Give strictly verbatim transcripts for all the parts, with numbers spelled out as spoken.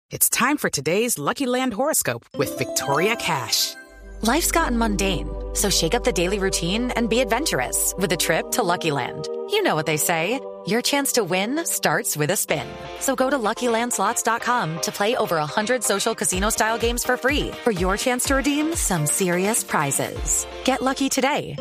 It's time for today's Lucky Land horoscope with Victoria Cash. Life's gotten mundane, so shake up the daily routine and be adventurous with a trip to Lucky Land. You know what they say, your chance to win starts with a spin. So go to Lucky Land Slots dot com to play over one hundred social casino-style games for free for your chance to redeem some serious prizes. Get lucky today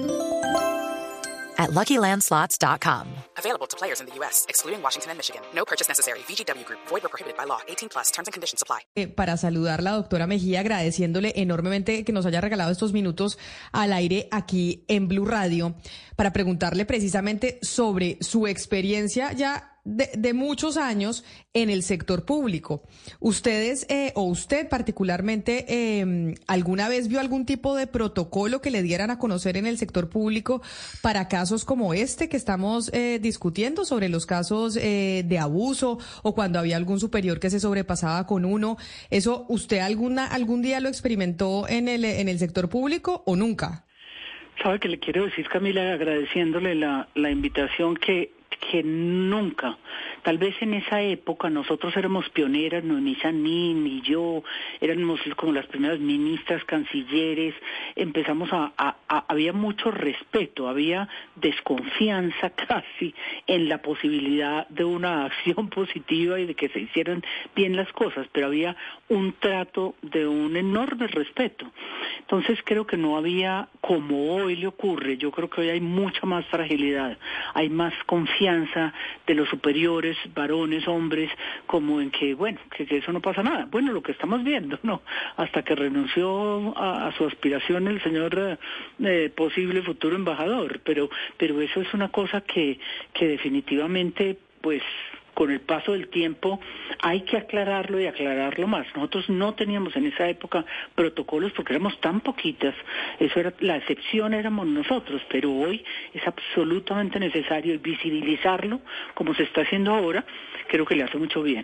at Lucky Land Slots dot com. Available to players in the U S, excluding Washington and Michigan. No purchase necessary. V G W Group. Void or prohibited by law. eighteen plus. Terms and conditions apply. Eh, para saludar a la doctora Mejía, agradeciéndole enormemente que nos haya regalado estos minutos al aire aquí en Blue Radio, para preguntarle precisamente sobre su experiencia ya de, de muchos años en el sector público. Ustedes, eh, o usted particularmente, eh, ¿alguna vez vio algún tipo de protocolo que le dieran a conocer en el sector público para casos como este que estamos eh, discutiendo, sobre los casos eh, de abuso o cuando había algún superior que se sobrepasaba con uno? ¿Eso usted alguna algún día lo experimentó en el, en el sector público o nunca? Sabe que le quiero decir, Camila, agradeciéndole la, la invitación, que que nunca, tal vez en esa época nosotros éramos pioneras, no, ni Sanín ni yo, éramos como las primeras ministras, cancilleres, empezamos a, a, a, había mucho respeto, había desconfianza casi en la posibilidad de una acción positiva y de que se hicieran bien las cosas, pero había un trato de un enorme respeto. Entonces creo que no había, como hoy le ocurre, yo creo que hoy hay mucha más fragilidad, hay más confianza de los superiores, varones, hombres, como en que, bueno, que, que eso no pasa nada. Bueno, lo que estamos viendo, ¿no? Hasta que renunció a, a su aspiración el señor eh, posible futuro embajador, pero pero eso es una cosa que, que definitivamente, pues, con el paso del tiempo hay que aclararlo y aclararlo más. Nosotros no teníamos en esa época protocolos porque éramos tan poquitas, eso era, la excepción éramos nosotros, pero hoy es absolutamente necesario visibilizarlo como se está haciendo ahora. Creo que le hace mucho bien.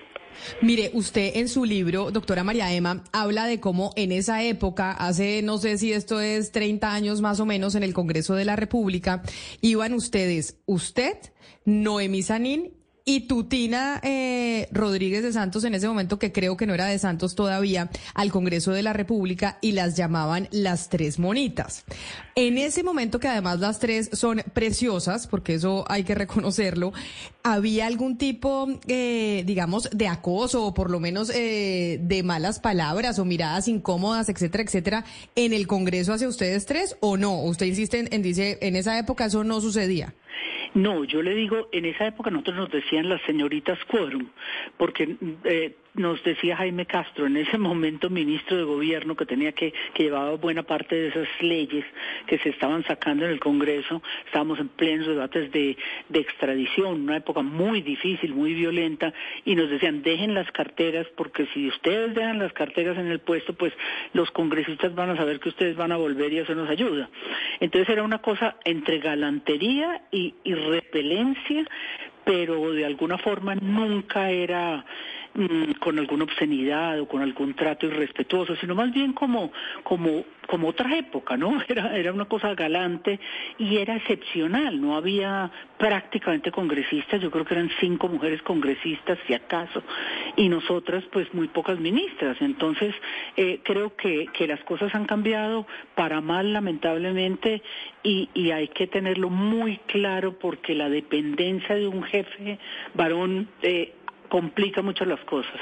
Mire, usted en su libro, doctora María Emma, habla de cómo en esa época, hace no sé si esto es treinta años más o menos, en el Congreso de la República, iban ustedes, usted, Noemí Sanín y Tutina eh, Rodríguez de Santos, en ese momento, que creo que no era de Santos todavía, al Congreso de la República, y las llamaban las tres monitas. En ese momento, que además las tres son preciosas, porque eso hay que reconocerlo, ¿había algún tipo, eh, digamos, de acoso o por lo menos eh, de malas palabras o miradas incómodas, etcétera, etcétera, en el Congreso hacia ustedes tres, o no? ¿Usted insiste en, en dice, en esa época eso no sucedía? No, yo le digo, en esa época nosotros nos decían las señoritas quórum, porque eh, nos decía Jaime Castro, en ese momento ministro de gobierno, que tenía que, que llevaba buena parte de esas leyes que se estaban sacando en el Congreso. Estábamos en plenos debates de, de extradición, una época muy difícil, muy violenta, y nos decían, dejen las carteras, porque si ustedes dejan las carteras en el puesto, pues los congresistas van a saber que ustedes van a volver y eso nos ayuda. Entonces era una cosa entre galantería y, y repelencia, pero de alguna forma nunca era mmm, con alguna obscenidad o con algún trato irrespetuoso, sino más bien como como como otra época, ¿no? Era era una cosa galante y era excepcional, no había prácticamente congresistas, yo creo que eran cinco mujeres congresistas, si acaso, y nosotras pues muy pocas ministras. Entonces eh, creo que, que las cosas han cambiado para mal, lamentablemente, y, y hay que tenerlo muy claro, porque la dependencia de un jefe varón eh, complica mucho las cosas.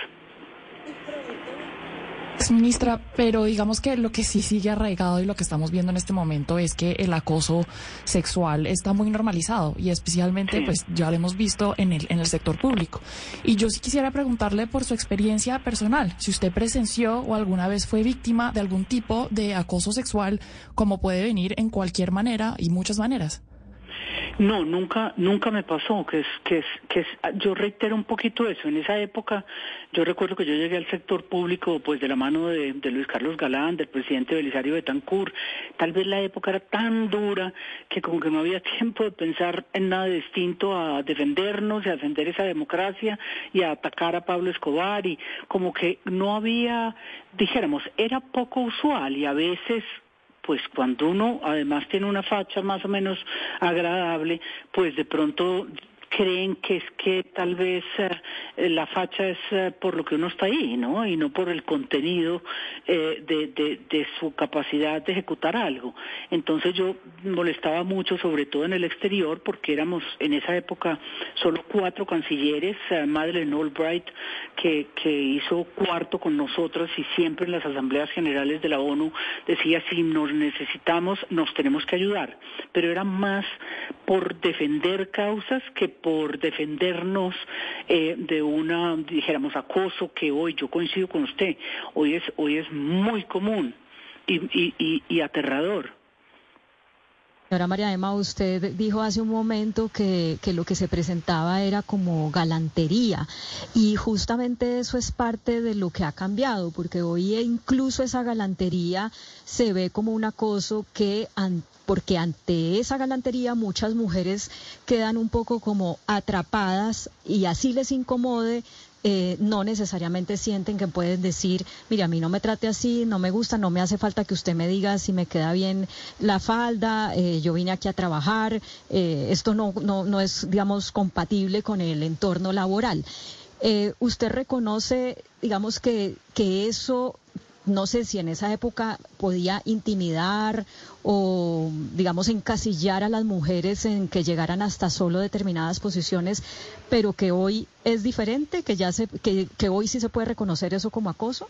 Ministra, pero digamos que lo que sí sigue arraigado y lo que estamos viendo en este momento es que el acoso sexual está muy normalizado, y especialmente sí. pues ya lo hemos visto en el en el sector público. Y yo sí quisiera preguntarle por su experiencia personal, si usted presenció o alguna vez fue víctima de algún tipo de acoso sexual, como puede venir en cualquier manera y muchas maneras. No, nunca, nunca me pasó, que es, que es, que es, yo reitero un poquito eso. En esa época, yo recuerdo que yo llegué al sector público, pues de la mano de, de Luis Carlos Galán, del presidente Belisario Betancur. Tal vez la época era tan dura que como que no había tiempo de pensar en nada distinto a defendernos y a defender esa democracia y a atacar a Pablo Escobar, y como que no había, dijéramos, era poco usual, y a veces, pues cuando uno además tiene una facha más o menos agradable, pues de pronto creen que es que tal vez eh, la facha es eh, por lo que uno está ahí, ¿no? Y no por el contenido eh, de, de, de su capacidad de ejecutar algo. Entonces yo molestaba mucho, sobre todo en el exterior, porque éramos en esa época solo cuatro cancilleres, eh, Madeleine Albright, que, que hizo cuarto con nosotros y siempre en las asambleas generales de la ONU decía, si nos necesitamos, nos tenemos que ayudar. Pero era más por defender causas que por defendernos eh, de una, dijéramos, acoso que hoy, yo coincido con usted, hoy es, hoy es muy común y, y, y, y aterrador. Señora María Emma, usted dijo hace un momento que, que lo que se presentaba era como galantería y justamente eso es parte de lo que ha cambiado, porque hoy incluso esa galantería se ve como un acoso que ante porque ante esa galantería muchas mujeres quedan un poco como atrapadas y así les incomode, eh, no necesariamente sienten que pueden decir, mire, a mí no me trate así, no me gusta, no me hace falta que usted me diga si me queda bien la falda, eh, yo vine aquí a trabajar, eh, esto no, no, no es, digamos, compatible con el entorno laboral. Eh, ¿Usted reconoce, digamos, que, que eso... No sé si en esa época podía intimidar o, digamos, encasillar a las mujeres en que llegaran hasta solo determinadas posiciones, pero que hoy es diferente, que ya se, que, que hoy sí se puede reconocer eso como acoso.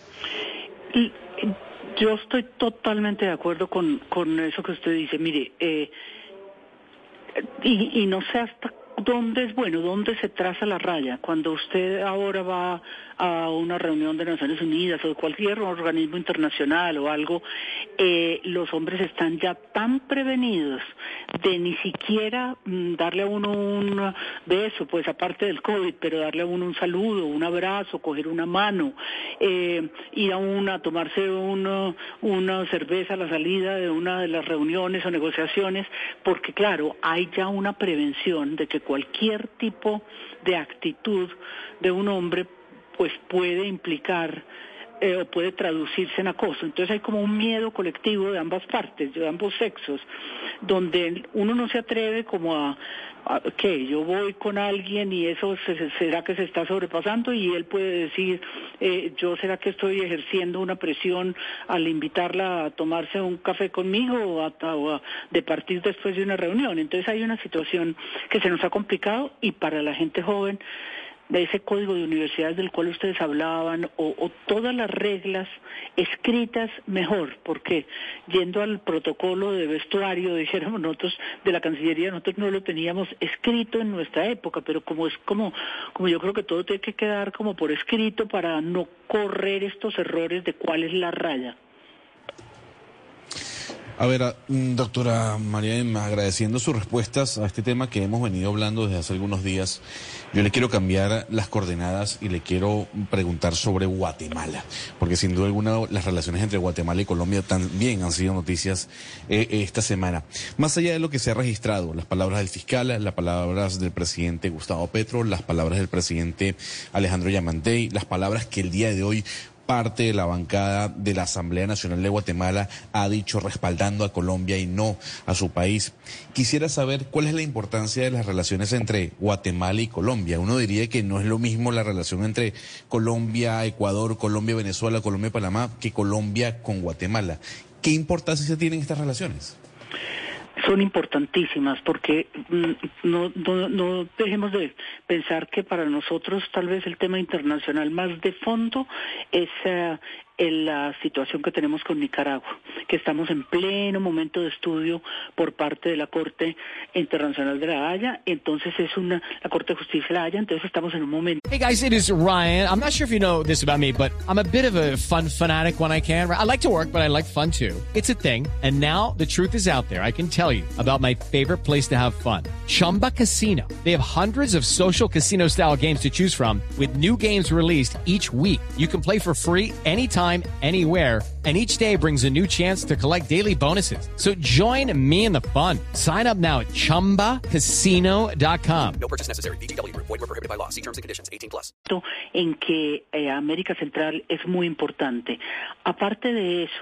Yo estoy totalmente de acuerdo con, con eso que usted dice. Mire, eh, y, y no sé hasta dónde es bueno, dónde se traza la raya. Cuando usted ahora va a una reunión de Naciones Unidas o de cualquier organismo internacional o algo, eh, los hombres están ya tan prevenidos de ni siquiera mm, darle a uno un beso, pues aparte del COVID, pero darle a uno un saludo, un abrazo, coger una mano, eh, ir a una, tomarse uno, una cerveza a la salida de una de las reuniones o negociaciones, porque claro, hay ya una prevención de que cualquier tipo de actitud de un hombre pues puede implicar eh, o puede traducirse en acoso. Entonces hay como un miedo colectivo de ambas partes, de ambos sexos, donde uno no se atreve como a, a que yo voy con alguien y eso se, será que se está sobrepasando, y él puede decir, eh, yo será que estoy ejerciendo una presión al invitarla a tomarse un café conmigo o a, o a de partir después de una reunión. Entonces hay una situación que se nos ha complicado, y para la gente joven, de ese código de universidades del cual ustedes hablaban, o, o todas las reglas escritas mejor, porque yendo al protocolo de vestuario, dijéramos nosotros, de la Cancillería, nosotros no lo teníamos escrito en nuestra época, pero como es como, como yo creo que todo tiene que quedar como por escrito para no correr estos errores de cuál es la raya. A ver, doctora María Emma, agradeciendo sus respuestas a este tema que hemos venido hablando desde hace algunos días, yo le quiero cambiar las coordenadas y le quiero preguntar sobre Guatemala, porque sin duda alguna las relaciones entre Guatemala y Colombia también han sido noticias eh, esta semana. Más allá de lo que se ha registrado, las palabras del fiscal, las palabras del presidente Gustavo Petro, las palabras del presidente Alejandro Yamatei, las palabras que el día de hoy parte de la bancada de la Asamblea Nacional de Guatemala ha dicho respaldando a Colombia y no a su país. Quisiera saber cuál es la importancia de las relaciones entre Guatemala y Colombia. Uno diría que no es lo mismo la relación entre Colombia, Ecuador, Colombia, Venezuela, Colombia, Panamá, que Colombia con Guatemala. ¿Qué importancia tienen estas relaciones? Son importantísimas, porque no, no, no dejemos de pensar que para nosotros tal vez el tema internacional más de fondo es uh, en la situación que tenemos con Nicaragua, que estamos en pleno momento de estudio por parte de la Corte Internacional de la Haya. Entonces es una, la Corte de Justicia de la Haya, entonces estamos en un momento. Hey guys, it is Ryan. I'm not sure if you know this about me, but I'm a bit of a fun fanatic when I can. I like to work, but I like fun too. It's a thing. And now the truth is out there. I can tell you about my favorite place to have fun. Chumba Casino. They have hundreds of social casino style games to choose from with new games released each week. You can play for free anytime, anywhere, and each day brings a new chance to collect daily bonuses. So join me in the fun. Sign up now at chumba casino dot com. No purchase necessary. V G W Group. Void where prohibited by law. See terms and conditions. eighteen plus. En que eh, América Central es muy importante. Aparte de eso,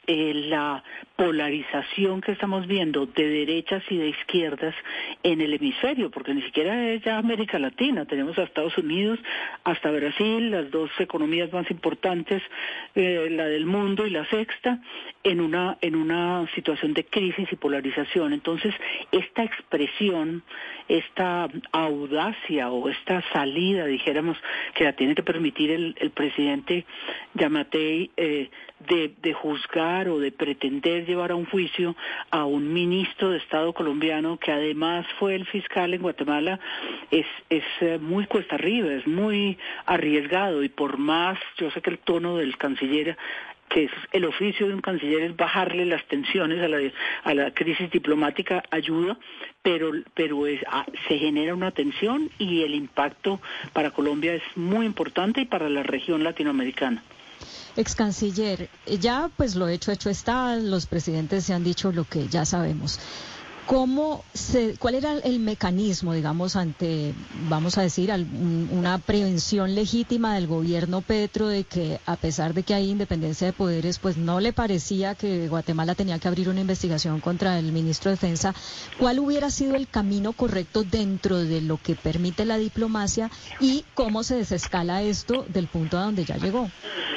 eh, la polarización que estamos viendo de derechas y de izquierdas en el hemisferio, porque ni siquiera es ya América Latina, tenemos a Estados Unidos, hasta Brasil, las dos economías más importantes, eh, la del mundo y la sexta, en una, en una situación de crisis y polarización. Entonces, esta expresión, esta audacia o esta salida, dijéramos, que la tiene que permitir el, el presidente Giammattei, eh, de, de juzgar o de pretender llevar a un juicio a un ministro de Estado colombiano que además fue el fiscal en Guatemala, es, es eh, muy cuesta arriba, es muy arriesgado, y por más, yo sé que el tono del canciller, que es el oficio de un canciller, es bajarle las tensiones a la, a la crisis diplomática, ayuda, pero, pero es, a, se genera una tensión y el impacto para Colombia es muy importante y para la región latinoamericana. Ex canciller, ya pues lo hecho, hecho está, los presidentes se han dicho lo que ya sabemos. ¿Cómo se, cuál era el mecanismo, digamos, ante, vamos a decir, una prevención legítima del gobierno Petro de que, a pesar de que hay independencia de poderes, pues no le parecía que Guatemala tenía que abrir una investigación contra el ministro de Defensa? ¿Cuál hubiera sido el camino correcto dentro de lo que permite la diplomacia y cómo se desescala esto del punto a donde ya llegó?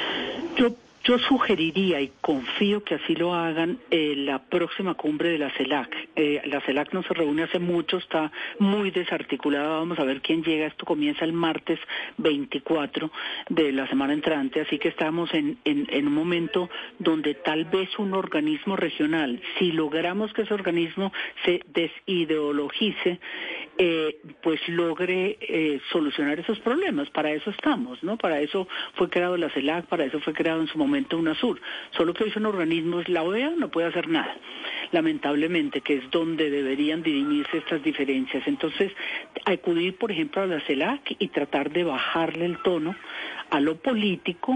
Yo, yo sugeriría, y confío que así lo hagan, eh, la próxima cumbre de la CELAC. Eh, la CELAC no se reúne hace mucho, está muy desarticulada, vamos a ver quién llega. Esto comienza el martes veinticuatro de la semana entrante, así que estamos en, en, en un momento donde tal vez un organismo regional, si logramos que ese organismo se desideologice, eh, pues logre eh, solucionar esos problemas. Para eso estamos, ¿no? Para eso fue creado la CELAC, para eso fue creado en su momento UNASUR. Solo que hoy son organismos, la O E A no puede hacer nada, lamentablemente, que es donde deberían dirimirse estas diferencias. Entonces, acudir, por ejemplo, a la CELAC y tratar de bajarle el tono a lo político,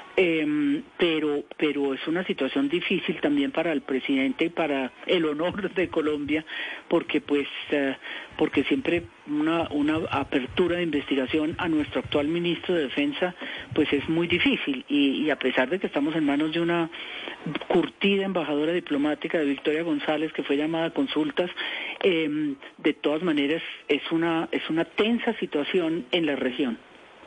Eh, pero pero es una situación difícil también para el presidente y para el honor de Colombia, porque pues eh, porque siempre una una apertura de investigación a nuestro actual ministro de Defensa pues es muy difícil, y, y a pesar de que estamos en manos de una curtida embajadora diplomática, de Victoria González, que fue llamada a consultas, eh, de todas maneras es una es una tensa situación en la región.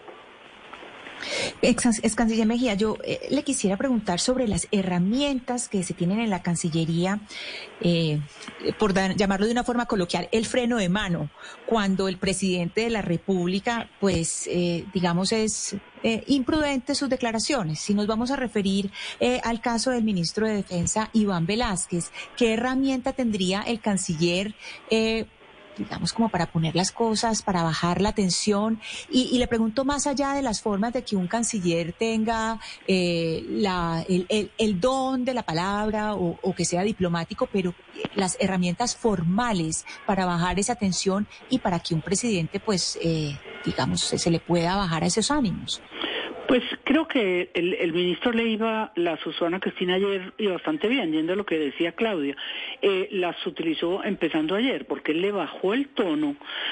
Ex, ex canciller Mejía, yo eh, le quisiera preguntar sobre las herramientas que se tienen en la Cancillería, eh, por dar, llamarlo de una forma coloquial, el freno de mano, cuando el presidente de la República, pues, eh, digamos, es eh, imprudente sus declaraciones. Si nos vamos a referir eh, al caso del ministro de Defensa, Iván Velázquez, ¿qué herramienta tendría el canciller eh, digamos, como para poner las cosas, para bajar la tensión? Y, y le pregunto, más allá de las formas de que un canciller tenga eh, la, el, el, el don de la palabra o, o que sea diplomático, pero las herramientas formales para bajar esa tensión y para que un presidente, pues, eh, digamos, se, se le pueda bajar a esos ánimos. Pues creo que el, el ministro Leiva, la Susana Cristina ayer, y bastante bien, yendo a lo que decía Claudia, eh, las utilizó empezando ayer, porque él le bajó el tono,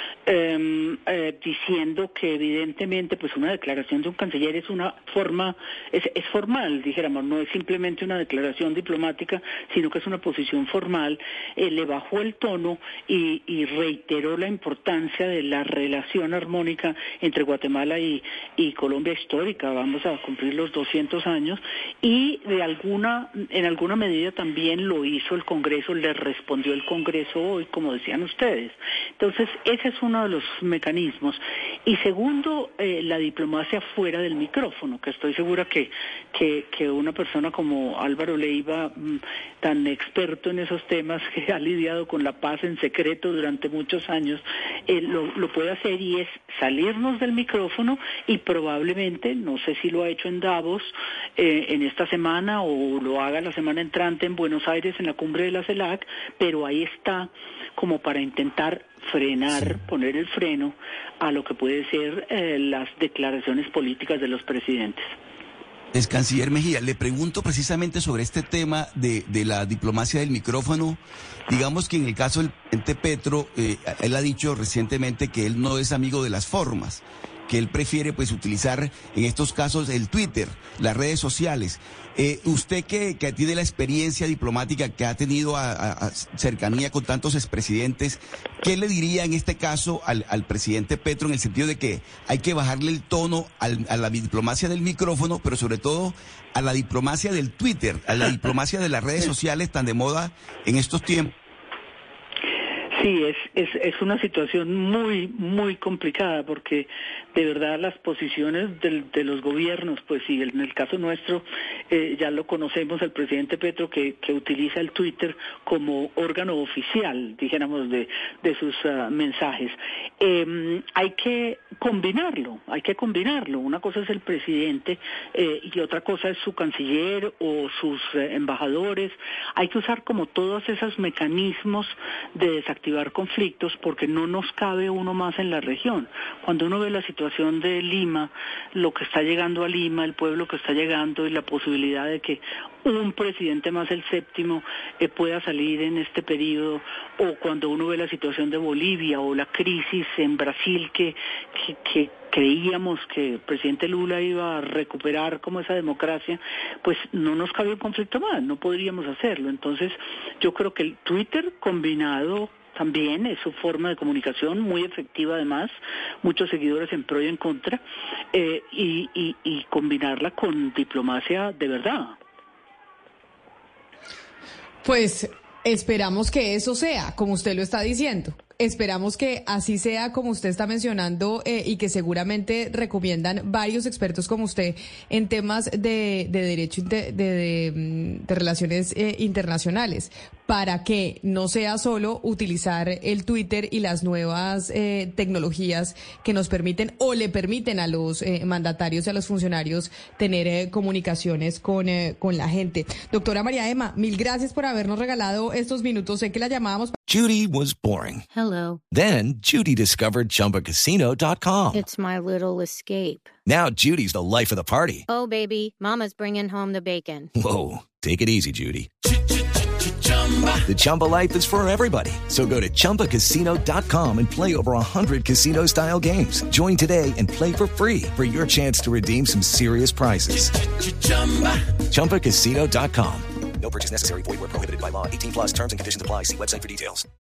eh, eh, diciendo que evidentemente pues una declaración de un canciller es una forma, es, es formal, dijéramos, no es simplemente una declaración diplomática, sino que es una posición formal. Eh, le bajó el tono y, y reiteró la importancia de la relación armónica entre Guatemala y, y Colombia histórica. Vamos a cumplir los doscientos años, y de alguna, en alguna medida también lo hizo el Congreso, le respondió el Congreso hoy, como decían ustedes. Entonces, ese es uno de los mecanismos. Y segundo, eh, la diplomacia fuera del micrófono, que estoy segura que, que, que una persona como Álvaro Leiva, tan experto en esos temas, que ha lidiado con la paz en secreto durante muchos años, eh, lo, lo puede hacer, y es salirnos del micrófono y probablemente, no sé si lo ha hecho en Davos eh, en esta semana o lo haga la semana entrante en Buenos Aires en la cumbre de la CELAC, pero ahí está como para intentar frenar, sí. poner el freno a lo que puede ser eh, las declaraciones políticas de los presidentes. Ex canciller Mejía, le pregunto precisamente sobre este tema de, de la diplomacia del micrófono. Digamos que en el caso del presidente Petro, eh, él ha dicho recientemente que él no es amigo de las formas. que él prefiere pues utilizar en estos casos el Twitter, las redes sociales. Eh, usted que, que tiene la experiencia diplomática, que ha tenido a, a, a cercanía con tantos expresidentes, ¿qué le diría en este caso al, al presidente Petro en el sentido de que hay que bajarle el tono al, a la diplomacia del micrófono, pero sobre todo a la diplomacia del Twitter, a la diplomacia de las redes sociales tan de moda en estos tiempos? Sí, es, es, es una situación muy, muy complicada porque de verdad las posiciones del, de los gobiernos, pues sí, en el caso nuestro eh, ya lo conocemos, el presidente Petro que, que utiliza el Twitter como órgano oficial, dijéramos, de, de sus uh, mensajes. Eh, hay que combinarlo, hay que combinarlo. Una cosa es el presidente eh, y otra cosa es su canciller o sus eh, embajadores. Hay que usar como todos esos mecanismos de desactivar conflictos porque no nos cabe uno más en la región. Cuando uno ve la situación de Lima, lo que está llegando a Lima, el pueblo que está llegando y la posibilidad de que un presidente más, el séptimo, eh, pueda salir en este periodo, o cuando uno ve la situación de Bolivia o la crisis en Brasil que, que, que creíamos que el presidente Lula iba a recuperar como esa democracia, pues no nos cabe un conflicto más, no podríamos hacerlo. Entonces yo creo que el Twitter combinado también es su forma de comunicación muy efectiva, además, muchos seguidores en pro y en contra, eh, y, y, y combinarla con diplomacia de verdad. Pues esperamos que eso sea, como usted lo está diciendo. Esperamos que así sea como usted está mencionando eh, y que seguramente recomiendan varios expertos como usted en temas de, de derecho de, de, de, de relaciones eh, internacionales, para que no sea solo utilizar el Twitter y las nuevas eh, tecnologías que nos permiten o le permiten a los eh, mandatarios y a los funcionarios tener eh, comunicaciones con, eh, con la gente. Doctora María Emma, mil gracias por habernos regalado estos minutos. Sé que la llamábamos. Judy was boring. Hello. Then Judy discovered Chumba Casino dot com. It's my little escape. Now Judy's the life of the party. Oh, baby, mama's bringing home the bacon. Whoa, take it easy, Judy. The Chumba life is for everybody. So go to Chumba Casino dot com and play over one hundred casino-style games. Join today and play for free for your chance to redeem some serious prizes. Chumba Casino dot com. No purchase necessary. Void where prohibited by law. eighteen plus terms and conditions apply. See website for details.